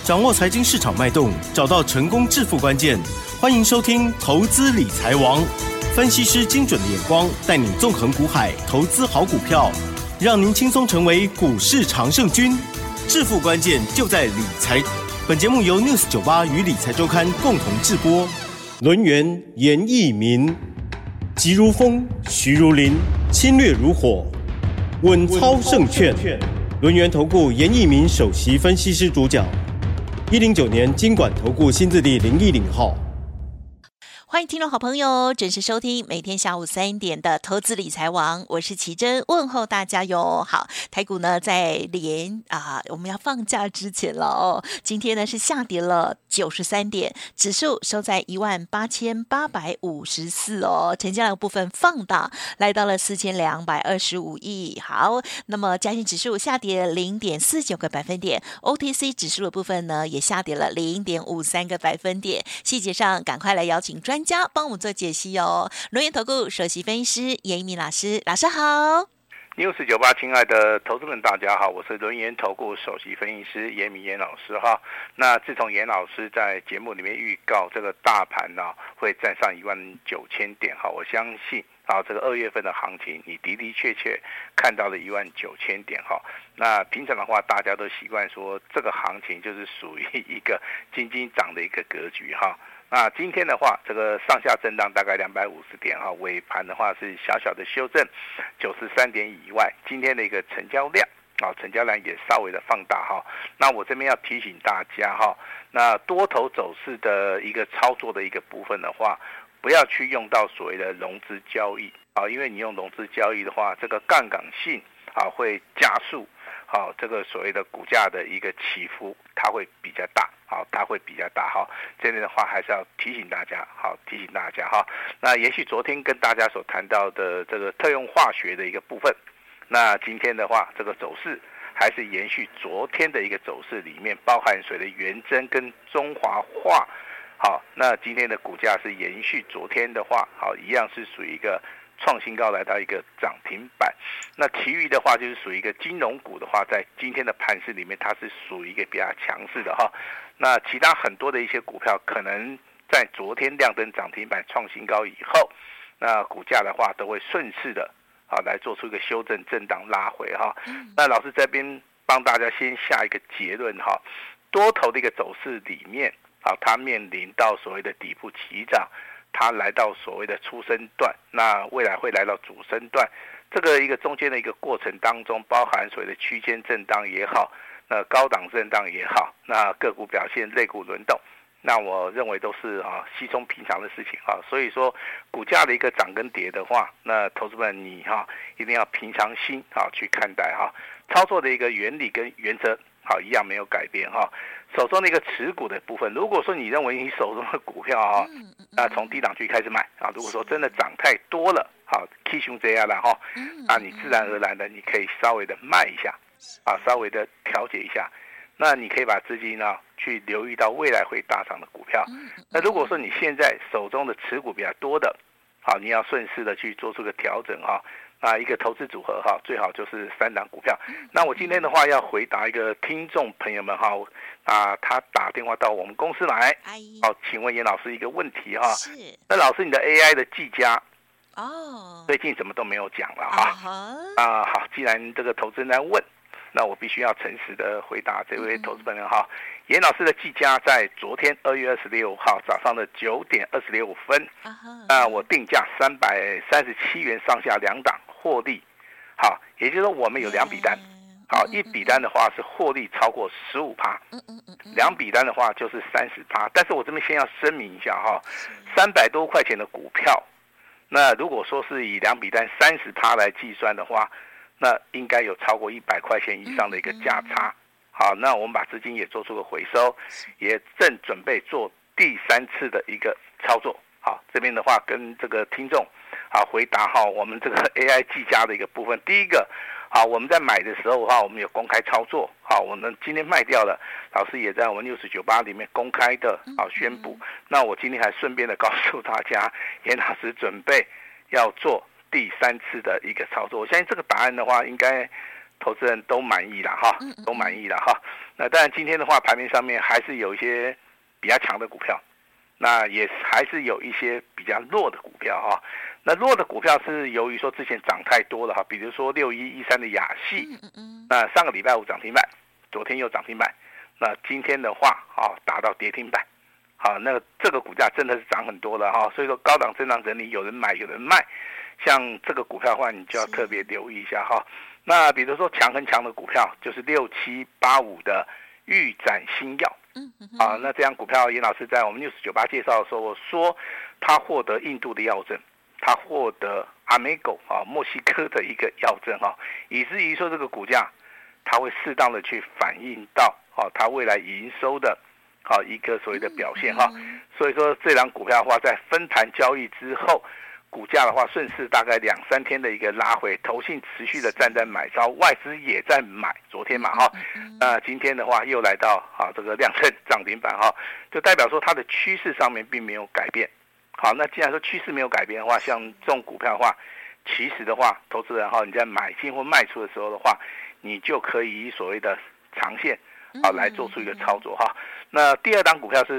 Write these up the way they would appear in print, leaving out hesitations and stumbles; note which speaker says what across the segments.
Speaker 1: 掌握财经市场脉动，找到成功致富关键。欢迎收听《投资理财王》，分析师精准的眼光，带你纵横股海，投资好股票，让您轻松成为股市常胜军。致富关键就在理财。本节目由 News98 与理财周刊共同制播。轮源严义民，急如风，徐如林，侵略如火，稳操胜券。轮源投顾严义民首席分析师主讲。109年金管投顾新字第010号。
Speaker 2: 欢迎听众好朋友准时收听每天下午3点的投资理财王，我是奇珍，问候大家哟。好，台股呢在我们要放假之前了哦，今天呢是下跌了93点，指数收在18854哦，成交量部分放大来到了4225亿。好，那么加权指数下跌0.49个百分点 ，OTC 指数的部分呢也下跌了0.53个百分点。细节上赶快来邀请专家帮我们做解析哦。轮源投顾首席分析师严一鸣老师，老师好。
Speaker 3: News98，亲爱的投资们，大家好，我是轮源投顾首席分析师严明严老师哈。那自从严老师在节目里面预告这个大盘呢会站上19000点哈，我相信这个2月份的行情，你的的确确看到了19000点哈。那平常的话，大家都习惯说这个行情就是属于一个金金涨的一个格局哈。那今天的话，这个上下震荡大概250点哈，尾盘的话是小小的修正93点以外，今天的一个成交量成交量也稍微的放大哈。那我这边要提醒大家哈，那多头走势的一个操作的一个部分的话，不要去用到所谓的融资交易因为你用融资交易的话，这个杠杆性会加速这个所谓的股价的一个起伏，它会比较大，这边的话还是要提醒大家，那延续昨天跟大家所谈到的这个特用化学的一个部分，那今天的话，这个走势还是延续昨天的一个走势里面，包含水的元真跟中华化，那今天的股价是延续昨天的话，一样是属于一个创新高来到一个涨停板，那其余的话就是属于一个金融股的话，在今天的盘势里面，它是属于一个比较强势的哈。那其他很多的一些股票，可能在昨天亮灯涨停板创新高以后，那股价的话都会顺势的来做出一个修正震荡拉回哈。那老师这边帮大家先下一个结论哈，多头的一个走势里面它面临到所谓的底部起涨。它来到所谓的初升段，那未来会来到主升段，这个一个中间的一个过程当中，包含所谓的区间震荡也好，那高档震荡也好，那个股表现、类股轮动，那我认为都是稀松平常的事情所以说股价的一个涨跟跌的话，那投资们你一定要平常心去看待操作的一个原理跟原则一样没有改变手中的一个持股的部分，如果说你认为你手中的股票那从低档区开始买如果说真的涨太多了K 熊这样了那你自然而然的你可以稍微的卖一下稍微的调节一下，那你可以把资金去留意到未来会大涨的股票。那如果说你现在手中的持股比较多的你要顺势的去做出个调整一个投资组合最好就是3档股票。那我今天的话要回答一个听众朋友们他打电话到我们公司来请问严老师一个问题那老师你的 AI 的技嘉最近怎么都没有讲了好，既然这个投资人来问，那我必须要诚实的回答这位投资朋友严老师的技嘉在昨天2月26号早上的9点26分我定价337元上下2档获利也就是说我们有2笔单一笔单的话是获利超过15%，2笔单的话就是30%。但是我这边先要声明一下300多块钱的股票，那如果说是以2笔单30%来计算的话，那应该有超过100块钱以上的一个价差。好，那我们把资金也做出个回收，也正准备做第3次的一个操作。好，这边的话跟这个听众回答我们这个 AI 技嘉的一个部分。第一个我们在买的时候我们有公开操作我们今天卖掉了，老师也在我们News98里面公开的宣布。那我今天还顺便的告诉大家，严老师准备要做第3次的一个操作。我相信这个答案的话，应该投资人都满意了哈，都满意了哈。那当然今天的话，盘面上面还是有一些比较强的股票，那也还是有一些比较弱的股票哈。那弱的股票是由于说之前涨太多了哈，比如说6113的亚细，那上个礼拜五涨停板，昨天又涨停板，那今天的话打到跌停板，好，那这个股价真的是涨很多了哈。所以说高档震荡整理，有人买有人卖，像这个股票的话，你就要特别留意一下哈。那比如说强很强的股票，就是6785的玉展新药，那这样股票严老师在我们 News98 介绍的时候，我说他获得印度的药证，他获得阿美狗墨西哥的一个药证哈，以至于说这个股价它会适当的去反映到它未来营收的一个所谓的表现哈。所以说这档股票的话，在分盘交易之后，股价的话顺势大概2-3天的一个拉回，投信持续的站在买超，外资也在买，昨天嘛哈，今天的话又来到这个量升涨停板哈，就代表说它的趋势上面并没有改变。好，那既然说趋势没有改变的话，像这种股票的话，其实的话，投资人你在买进或卖出的时候的话，你就可以以所谓的长线来做出一个操作哈。那第二档股票是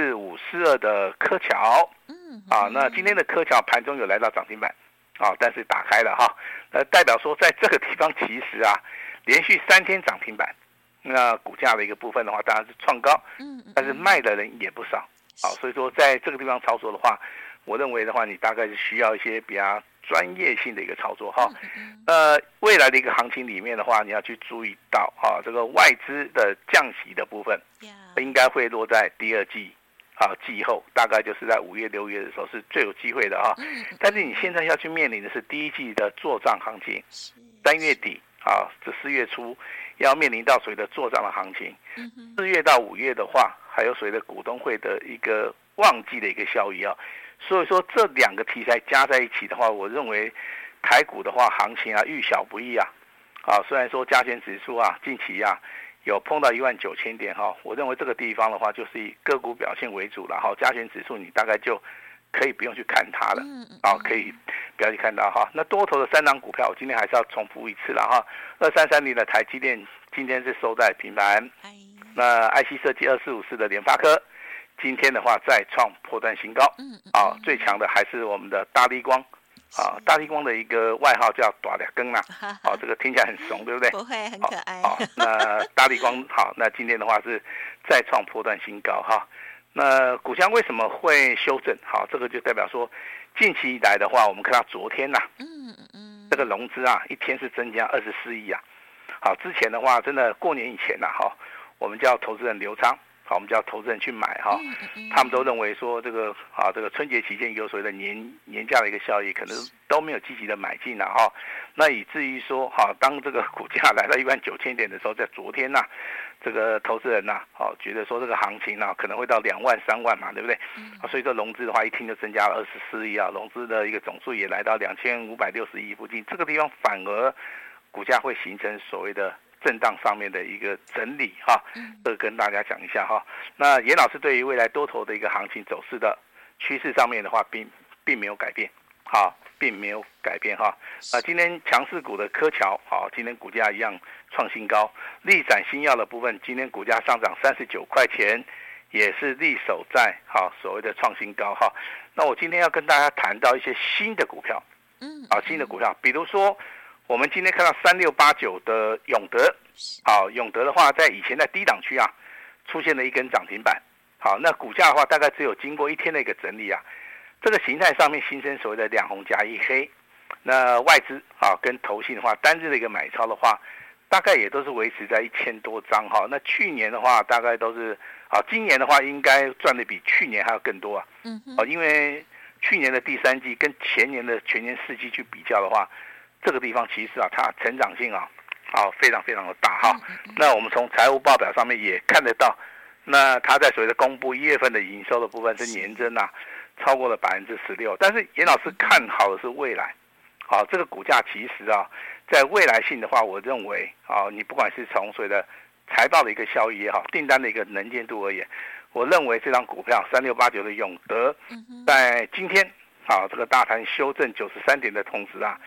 Speaker 3: 4542的柯桥，那今天的柯桥盘中有来到涨停板，但是打开了哈，代表说在这个地方其实连续3天涨停板，那股价的一个部分的话，当然是创高，但是卖的人也不少，所以说在这个地方操作的话，我认为的话，你大概是需要一些比较专业性的一个操作哈。未来的一个行情里面的话，你要去注意到这个外资的降息的部分，应该会落在第二季季后，大概就是在5月6月的时候是最有机会的哈。但是你现在要去面临的是第一季的作账行情，3月底这4月初要面临到所谓的作账的行情，4月到5月的话，还有所谓的股东会的一个旺季的一个效益所以说这2个题材加在一起的话，我认为台股的话行情遇小不易虽然说加权指数近期有碰到19000点我认为这个地方的话就是以个股表现为主了加权指数你大概就可以不用去看它了可以不要去看它那多头的3档股票，我今天还是要重复一次了2330的台积电今天是收在平盘，那 IC 设计2454的联发科今天的话再创波段新高，最强的还是我们的大立光，大立光的一个外号叫大两根这个听起来很怂，对不对？
Speaker 2: 不会，很可爱。
Speaker 3: 那大立光好，那今天的话是再创波段新高那股价为什么会修正？这个就代表说近期以来的话，我们看到昨天这个融资一天是增加24亿之前的话真的过年以前我们叫投资人留仓。我们叫投资人去买他们都认为说这个春节期间有所谓的年假的一个效益，可能都没有积极的买进那以至于说当这个股价来到19000点的时候，在昨天这个投资人觉得说这个行情可能会到2万3万嘛，对不对？所以说融资的话一听就增加了24亿融资的一个总数也来到2560亿附近，这个地方反而股价会形成所谓的震荡上面的一个整理这个跟大家讲一下那严老师对于未来多头的一个行情走势的趋势上面的话，并没有改变并没有改变今天强势股的柯桥今天股价一样创新高，力展新药的部分今天股价上涨39块钱，也是力守在所谓的创新高那我今天要跟大家谈到一些新的股票新的股票，比如说我们今天看到3689的永德，永德的话，在以前在低档区出现了一根涨停板，那股价的话大概只有经过1天的一个整理这个形态上面形成所谓的2红加1黑，那外资跟投信的话单日的一个买超的话，大概也都是维持在1000多张那去年的话大概都是今年的话应该赚的比去年还要更多因为去年的第3季跟前年的全年4季去比较的话，这个地方其实它成长性非常非常的大那我们从财务报表上面也看得到，那它在所谓的公布1月份的营收的部分是年增超过了16%，但是严老师看好的是未来这个股价其实在未来性的话，我认为你不管是从所谓的财报的一个效益也好，订单的一个能见度而言，我认为这张股票3689的永德在今天这个大盘修正93点的同时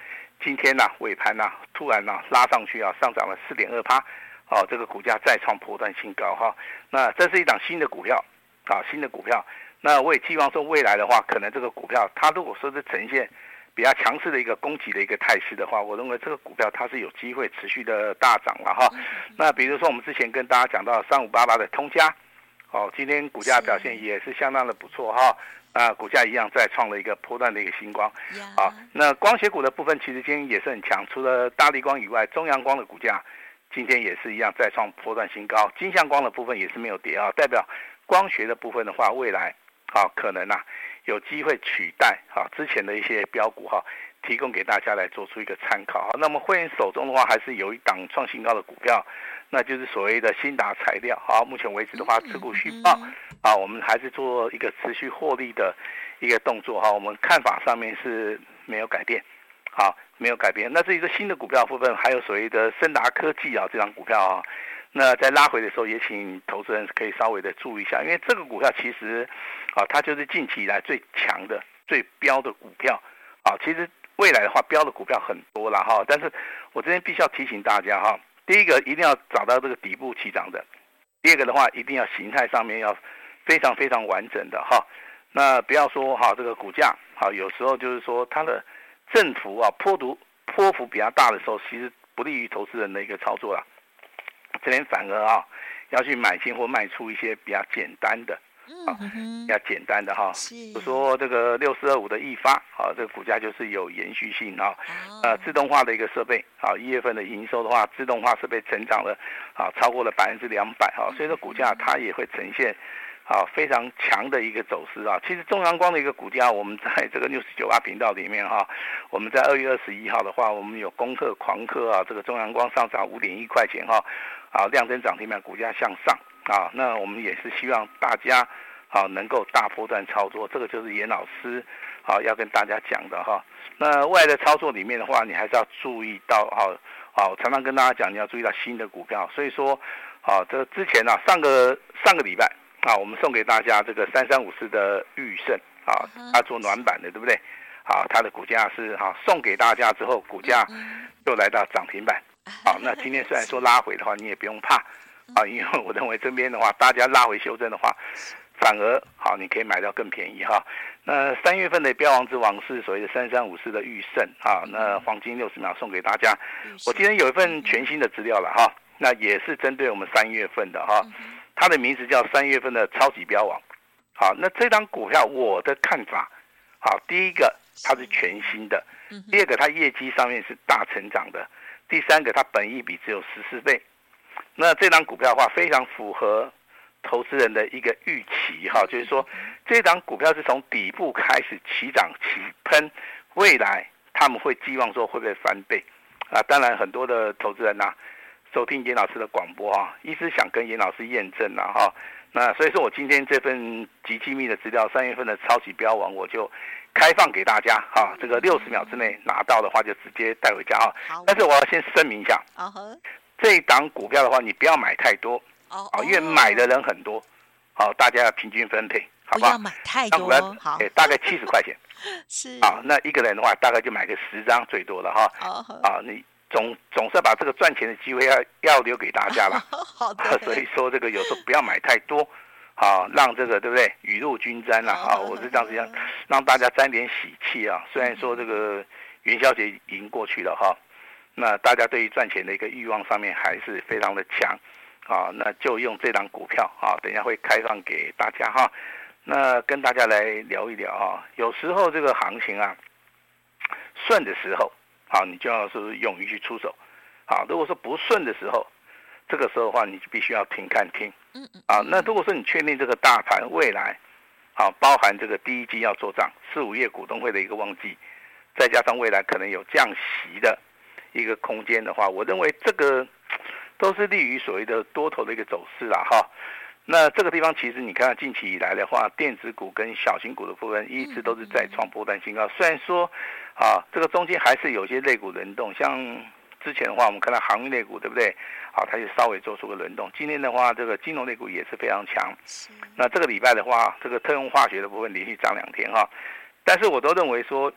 Speaker 3: 今天呢、尾盘呢、突然拉上去上涨了4.2%，这个股价再创波段新高哈。那这是一档新的股票新的股票。那我也希望说未来的话，可能这个股票它如果说是呈现比较强势的一个攻击的一个态势的话，我认为这个股票它是有机会持续的大涨了哈。那比如说我们之前跟大家讲到3588的通家，今天股价表现也是相当的不错哈。股价一样再创了一个波段的一个新高。那光学股的部分其实今天也是很强，除了大立光以外，中阳光的股价今天也是一样再创波段新高。金相光的部分也是没有跌代表光学的部分的话，未来可能有机会取代之前的一些标股提供给大家来做出一个参考。那么会员手中的话，还是有一档创新高的股票，那就是所谓的新达材料。目前为止的话，持股续报我们还是做一个持续获利的一个动作我们看法上面是没有改变没有改变。那至于说新的股票部分，还有所谓的森达科技这张股票那在拉回的时候，也请投资人可以稍微的注意一下，因为这个股票其实它就是近期以来最强的、最标的股票其实未来的话，标的股票很多啦但是我这边必须要提醒大家第一个一定要找到这个底部起涨的，第二个的话一定要形态上面要非常非常完整的那不要说这个股价有时候就是说它的振幅波幅比较大的时候，其实不利于投资人的一个操作啦。这边反而要去买进或卖出一些比较简单的比较简单的比如说这个6425的易发这个股价就是有延续性自动化的一个设备1月份的营收的话，自动化设备成长了超过了200%所以说股价它也会呈现非常强的一个走势其实中阳光的一个股价，我们在这个News98频道里面我们在2月21号的话，我们有攻克狂克这个中阳光上涨5.1块钱亮灯涨停板，股价向上那我们也是希望大家能够大波段操作，这个就是严老师要跟大家讲的那未来的操作里面的话，你还是要注意到我常常跟大家讲，你要注意到新的股票。所以说这之前上个礼拜我们送给大家这个3354的裕盛它做暖板的，对不对？它的股价是送给大家之后，股价又来到涨停板。那今天虽然说拉回的话，你也不用怕因为我认为这边的话，大家拉回修正的话，反而你可以买到更便宜那3月份的标王之王是所谓的3354的裕盛那黄金60秒送给大家。我今天有一份全新的资料了那也是针对我们3月份的它的名字叫3月份的超级标王。那这张股票我的看法第一个它是全新的，第二个它业绩上面是大成长的，第三个它本益比只有14倍。那这张股票的话，非常符合投资人的一个预期就是说这张股票是从底部开始起涨起喷，未来他们会寄望说会不会翻倍当然很多的投资人收听严老师的广播一直想跟严老师验证那所以说我今天这份极机密的资料，3月份的超级标王，我就开放给大家这个60秒之内拿到的话就直接带回家但是我要先声明一下这一档股票的话，你不要买太多因为买的人很多大家要平均分配，好不好？
Speaker 2: 不要买太多，好，
Speaker 3: 大概70块钱
Speaker 2: 是
Speaker 3: 那一个人的话大概就买个10张最多了你总是把这个赚钱的机会要留给大家啦
Speaker 2: 好的
Speaker 3: 所以说这个有时候不要买太多让这个对不对雨露均沾我是这样子让大家沾点喜气虽然说这个元宵节已经过去了那大家对于赚钱的一个欲望上面还是非常的强那就用这档股票等一下会开放给大家那跟大家来聊一聊有时候这个行情顺的时候你就要是勇于去出手如果说不顺的时候，这个时候的话你就必须要停看听那如果说你确定这个大盘未来包含这个第一季要做账，4、5月股东会的一个旺季，再加上未来可能有降息的一个空间的话，我认为这个都是利于所谓的多头的一个走势啦那这个地方其实你看近期以来的话，电子股跟小型股的部分一直都是在创波段新高，虽然说这个中间还是有些类股轮动，像之前的话我们看到航运类股对不对它就稍微做出个轮动，今天的话这个金融类股也是非常强那这个礼拜的话，这个特用化学的部分连续涨2天但是我都认为说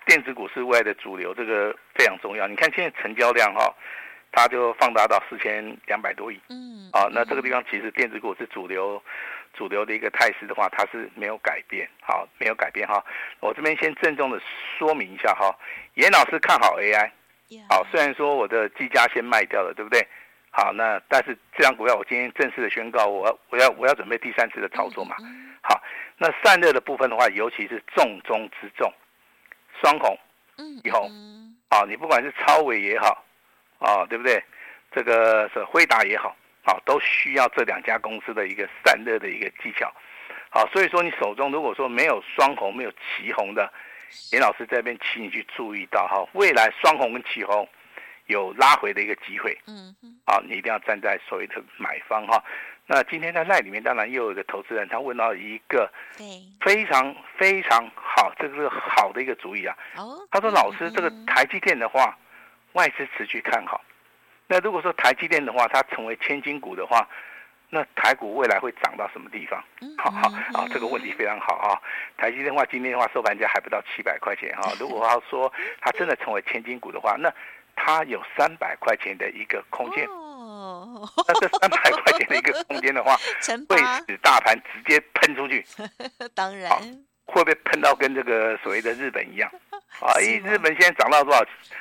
Speaker 3: 电子股是未来的主流，这个非常重要。你看现在成交量它就放大到4200多亿。那这个地方其实电子股是主流的一个态势的话，它是没有改变，没有改变哈。我这边先郑重的说明一下哈，严老师看好 AI， 虽然说我的技嘉先卖掉了，对不对？好，那但是这张股票我今天正式的宣告，我要准备第3次的操作嘛。好，那散热的部分的话，尤其是重中之重，双红、一红，你不管是超微也好，对不对？这个是辉达也好，都需要这2家公司的一个散热的一个技巧。好，所以说你手中如果说没有双红、没有旗红的，严老师这边请你去注意到未来双红跟旗红有拉回的一个机会。你一定要站在所谓的买方哈。那今天在LINE里面，当然又有一个投资人，他问到一个非常非常好，这个是好的一个主意啊。他说：“老师，这个台积电的话，外资持续看好。那如果说台积电的话，它成为千金股的话，那台股未来会涨到什么地方？”这个问题非常好啊。台积电的话，今天的话收盘价还不到700块钱哈。如果他说它真的成为千金股的话，那它有300块钱的一个空间。那这300块钱的一个空间的话，会使大盘直接喷出去。
Speaker 2: 当然，
Speaker 3: 会不会喷到跟这个所谓的日本一样？日本现在涨到多少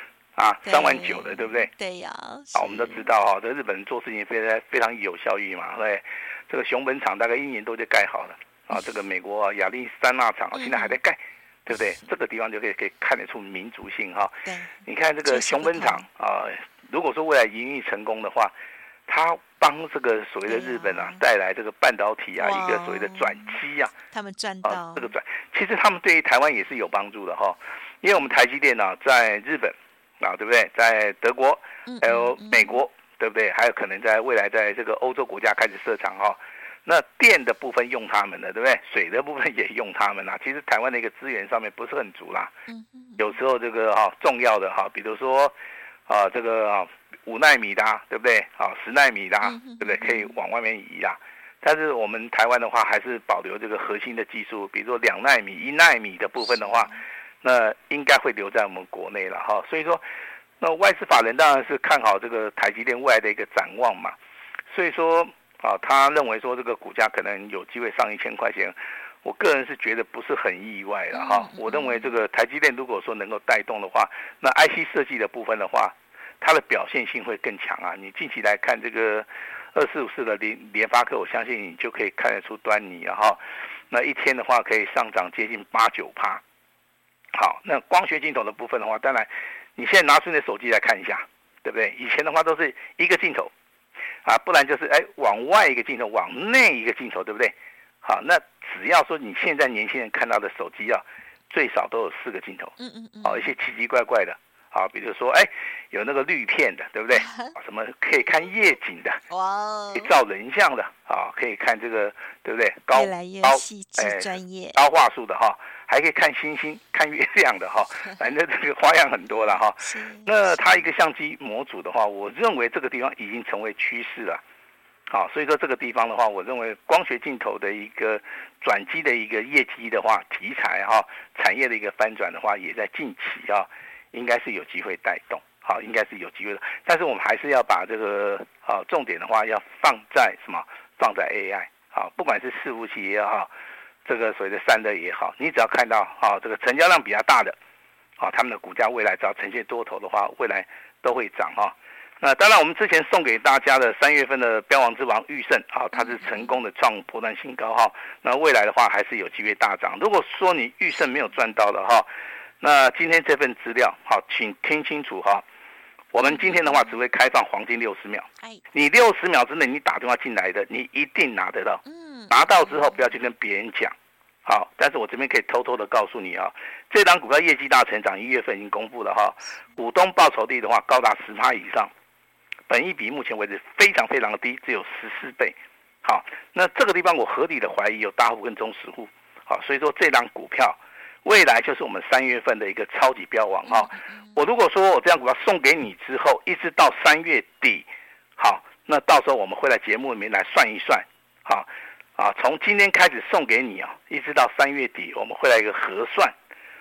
Speaker 3: ？39000的，对不对？
Speaker 2: 对呀。
Speaker 3: 我们都知道这日本人做事情非常有效率嘛。对，这个熊本厂大概1年多就盖好了这个美国亚历山大厂现在还在盖。对不对？这个地方就可以看得出民族性哈。你看这个熊本厂如果说未来营运成功的话，它帮这个所谓的日本带来这个半导体一个所谓的转机
Speaker 2: 他们赚到
Speaker 3: 这个其实他们对于台湾也是有帮助的哈。因为我们台积电在日本对不对？在德国还有美国，对不对？还有可能在未来在这个欧洲国家开始设厂哈。那电的部分用他们的，对不对？水的部分也用他们其实台湾的一个资源上面不是很足啦。有时候这个重要的比如说这个5奈米的对不对？10奈米的对不对？可以往外面移但是我们台湾的话还是保留这个核心的技术，比如说2奈米、1奈米的部分的话，那应该会留在我们国内了哈。所以说，那外资法人当然是看好这个台积电未来的一个展望嘛。所以说他认为说这个股价可能有机会上1000块钱，我个人是觉得不是很意外的哈。我认为这个台积电如果说能够带动的话，那 IC 设计的部分的话，它的表现性会更强你近期来看这个2454的联发科，我相信你就可以看得出端倪哈。那一天的话可以上涨接近8-9%。好，那光学镜头的部分的话，当然你现在拿出你的手机来看一下，对不对？以前的话都是一个镜头。不然就是往外一个镜头，往内一个镜头，对不对？好，那只要说你现在年轻人看到的手机最少都有4个镜头。一些奇奇怪怪的，比如说有那个滤片的，对不对？什么可以看夜景的，可以照人像的，可以看这个，对不对？
Speaker 2: 越来越细致专业，
Speaker 3: 高画素的还可以看星星、看月亮的反正这个花样很多了那它一个相机模组的话，我认为这个地方已经成为趋势了。所以说这个地方的话，我认为光学镜头的一个转机的一个业绩的话，题材产业的一个翻转的话，也在近期应该是有机会带动。应该是有机会的。但是我们还是要把这个重点的话要放在什么？放在 AI。不管是伺服器也好，这个所谓的散热也好，你只要看到这个成交量比较大的，他们的股价未来只要呈现多头的话，未来都会涨那当然，我们之前送给大家的3月份的标王之王裕盛它是成功的创波段新高那未来的话还是有机会大涨。如果说你裕盛没有赚到的那今天这份资料请听清楚我们今天的话只会开放黄金60秒，你60秒之内你打电话进来的，你一定拿得到。拿到之后不要去跟别人讲。但是我这边可以偷偷的告诉你这档股票业绩大成长，1月份已经公布了股东报酬率的话高达10%以上，本益比目前为止非常非常的低，只有14倍。那这个地方我合理的怀疑有大户跟中实户。所以说这档股票未来就是我们3月份的一个超级标王我如果说我这样股票送给你之后，一直到3月底，那到时候我们会在节目里面来算一算，从今天开始送给你一直到3月底，我们会来一个核算，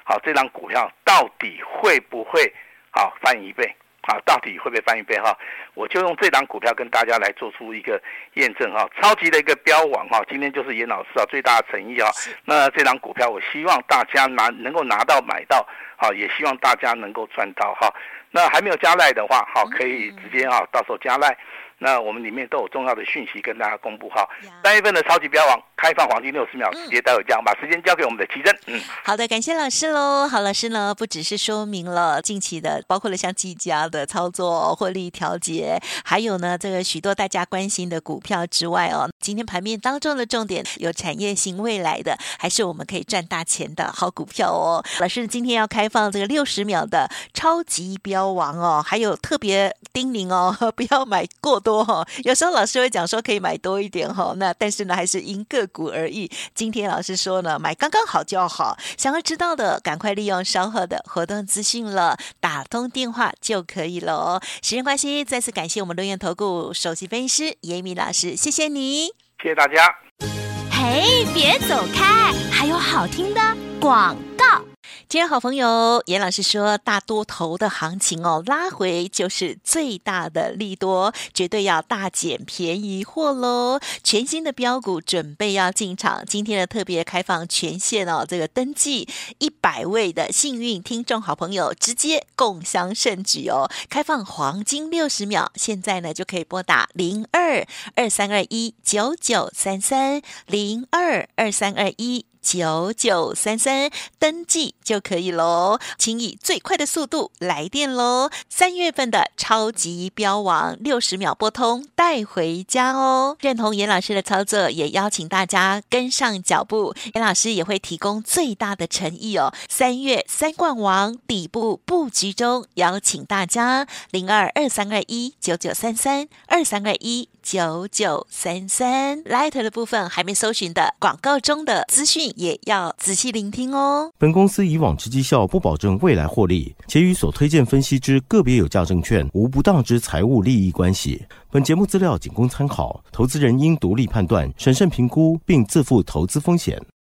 Speaker 3: 好，这张股票到底会不会好翻一倍？好，到底会不会翻一倍哈？我就用这档股票跟大家来做出一个验证哈，超级的一个标王哈，今天就是严老师最大的诚意哈。那这档股票我希望大家能够拿到买到，好，也希望大家能够赚到哈。那还没有加赖的话，好，可以直接到时候加赖。那我们里面都有重要的讯息跟大家公布哈。3月份的超级标王开放黄金60秒，直接待会这样把时间交给我们的奇珍。
Speaker 2: 好的，感谢老师喽。好，老师呢不只是说明了近期的，包括了像技嘉的操作、获利调节，还有呢这个许多大家关心的股票之外哦，今天盘面当中的重点有产业型未来的，还是我们可以赚大钱的好股票哦。老师今天要开放这个60秒的超级标王哦，还有特别叮咛哦，不要买过多哦。有时候老师会讲说可以买多一点哦，那但是呢还是因个股而异。今天老师说呢，买刚刚好就好。想要知道的，赶快利用稍后的活动资讯了，打通电话就可以了哦。时间关系，再次感谢我们轮源投顾首席分析师严明老师，谢谢你，
Speaker 3: 谢谢大家。
Speaker 4: 嘿，别走开，还有好听的广告。
Speaker 2: 今天好朋友严老师说，大多头的行情哦，拉回就是最大的利多，绝对要大捡便宜货咯。全新的标股准备要进场，今天的特别开放权限哦，这个登记100位的幸运听众好朋友直接共襄盛举哦，开放黄金60秒，现在呢就可以拨打02-2321-9933 02-2321-9933登记就可以咯，请以最快的速度来电咯。3月份的超级标王60秒拨通带回家哦。认同严老师的操作，也邀请大家跟上脚步，严老师也会提供最大的诚意哦。3月3冠王底部布局中，邀请大家02-2321-9933 2321-9933 Light 的部分还没搜寻的，广告中的资讯也要仔细聆听哦。
Speaker 1: 本公司以往之绩效不保证未来获利，且与所推荐分析之个别有价证券无不当之财务利益关系。本节目资料仅供参考，投资人应独立判断、审慎评估，并自负投资风险。